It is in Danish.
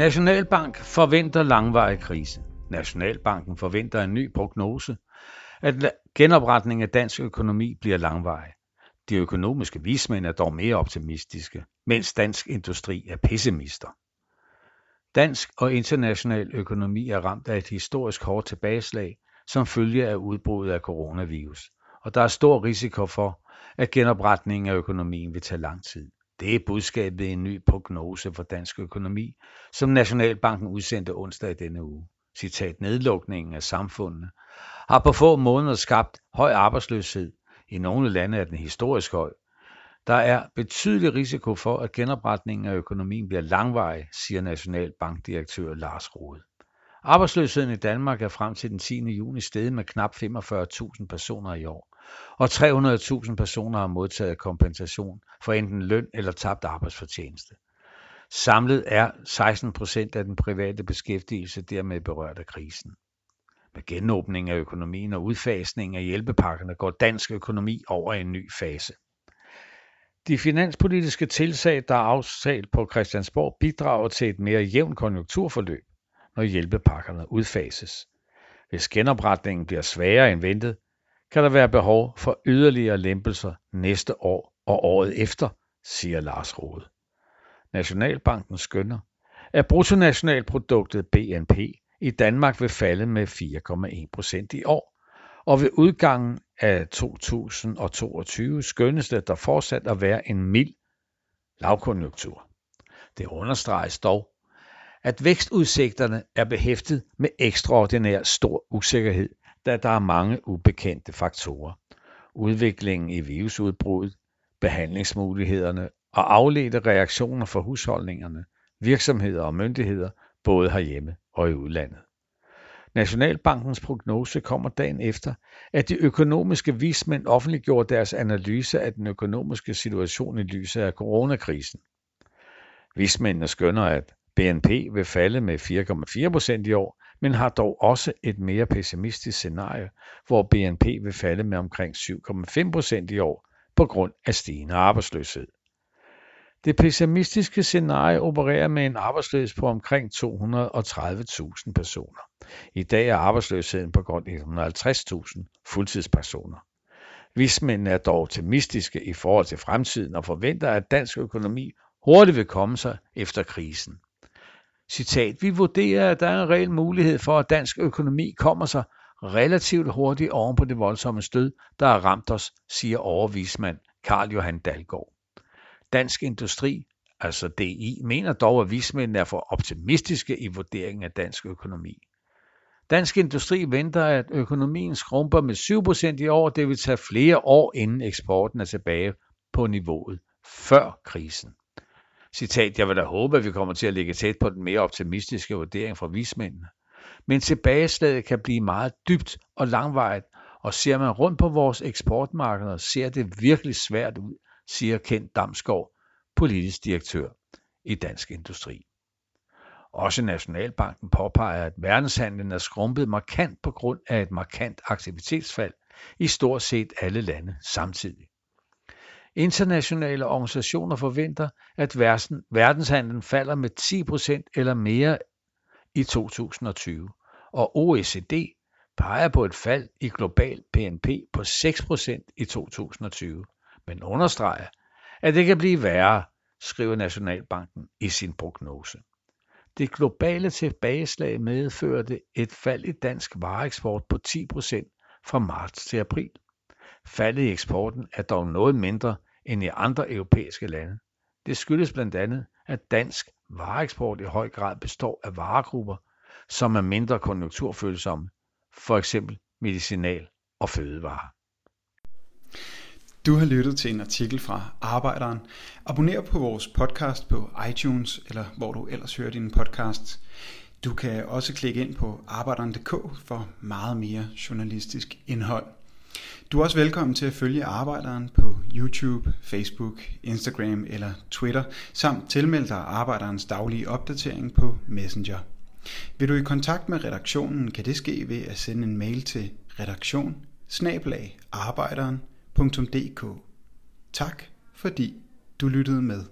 Nationalbank forventer langvarig krise. Nationalbanken forventer en ny prognose, at genopretningen af dansk økonomi bliver langvarig. De økonomiske vismænd er dog mere optimistiske, mens dansk industri er pessimister. Dansk og international økonomi er ramt af et historisk hårdt tilbageslag som følge af udbruddet af coronavirus, og der er stor risiko for, at genopretningen af økonomien vil tage lang tid. Det er budskabet i en ny prognose for dansk økonomi, som Nationalbanken udsendte onsdag i denne uge. Citat: nedlukningen af samfundene har på få måneder skabt høj arbejdsløshed. I nogle lande er den historisk høj. Der er betydelig risiko for, at genopretningen af økonomien bliver langvarig, siger Nationalbankdirektør Lars Rohde. Arbejdsløsheden i Danmark er frem til den 10. juni steget med knap 45.000 personer i år, og 300.000 personer har modtaget kompensation for enten løn eller tabt arbejdsfortjeneste. Samlet er 16% af den private beskæftigelse dermed berørt af krisen. Med genåbning af økonomien og udfasning af hjælpepakkerne går dansk økonomi over i en ny fase. De finanspolitiske tiltag, der er aftalt på Christiansborg, bidrager til et mere jævnt konjunkturforløb, når hjælpepakkerne udfases. Hvis genopretningen bliver sværere end ventet, kan der være behov for yderligere lempelser næste år og året efter, siger Lars Rohde. Nationalbanken skønner, at bruttonationalproduktet BNP i Danmark vil falde med 4,1% i år, og ved udgangen af 2022 skønnes det der fortsat at være en mild lavkonjunktur. Det understreges dog, at vækstudsigterne er behæftet med ekstraordinær stor usikkerhed, da der er mange ubekendte faktorer. Udviklingen i virusudbruddet, behandlingsmulighederne og afledte reaktioner fra husholdningerne, virksomheder og myndigheder, både herhjemme og i udlandet. Nationalbankens prognose kommer dagen efter, at de økonomiske vismænd offentliggjorde deres analyse af den økonomiske situation i lyset af coronakrisen. Vismændene skønner, at BNP vil falde med 4,4% i år, men har dog også et mere pessimistisk scenarie, hvor BNP vil falde med omkring 7,5% i år på grund af stigende arbejdsløshed. Det pessimistiske scenarie opererer med en arbejdsløshed på omkring 230.000 personer. I dag er arbejdsløsheden på godt 150.000 fuldtidspersoner. Vismændene er dog optimistiske i forhold til fremtiden og forventer, at dansk økonomi hurtigt vil komme sig efter krisen. Citat: vi vurderer, at der er en reel mulighed for, at dansk økonomi kommer sig relativt hurtigt oven på det voldsomme stød, der har ramt os, siger overvismand Carl Johan Dalgaard. Dansk Industri, altså DI, mener dog, at vismændene er for optimistiske i vurderingen af dansk økonomi. Dansk Industri venter, at økonomien skrumper med 7% i år, det vil tage flere år, inden eksporten er tilbage på niveauet før krisen. Citat: jeg vil da håbe, at vi kommer til at ligge tæt på den mere optimistiske vurdering fra vismændene. Men tilbageslaget kan blive meget dybt og langvarigt, og ser man rundt på vores eksportmarkeder, ser det virkelig svært ud, siger Kent Damsgaard, politisk direktør i Dansk Industri. Også Nationalbanken påpeger, at verdenshandlen er skrumpet markant på grund af et markant aktivitetsfald i stort set alle lande samtidig. Internationale organisationer forventer, at verdenshandlen falder med 10% eller mere i 2020, og OECD peger på et fald i global BNP på 6% i 2020, men understreger, at det kan blive værre, skriver Nationalbanken i sin prognose. Det globale tilbageslag medførte et fald i dansk vareeksport på 10% fra marts til april. Faldet i eksporten er dog noget mindre end i andre europæiske lande. Det skyldes blandt andet, at dansk vareeksport i høj grad består af varegrupper, som er mindre konjunkturfølsomme, f.eks. medicinal og fødevarer. Du har lyttet til en artikel fra Arbejderen. Abonner på vores podcast på iTunes, eller hvor du ellers hører dine podcasts. Du kan også klikke ind på arbejderen.dk for meget mere journalistisk indhold. Du er også velkommen til at følge Arbejderen på YouTube, Facebook, Instagram eller Twitter, samt tilmelde dig Arbejderens daglige opdatering på Messenger. Vil du i kontakt med redaktionen, kan det ske ved at sende en mail til redaktion@arbejderen.dk. Tak fordi du lyttede med.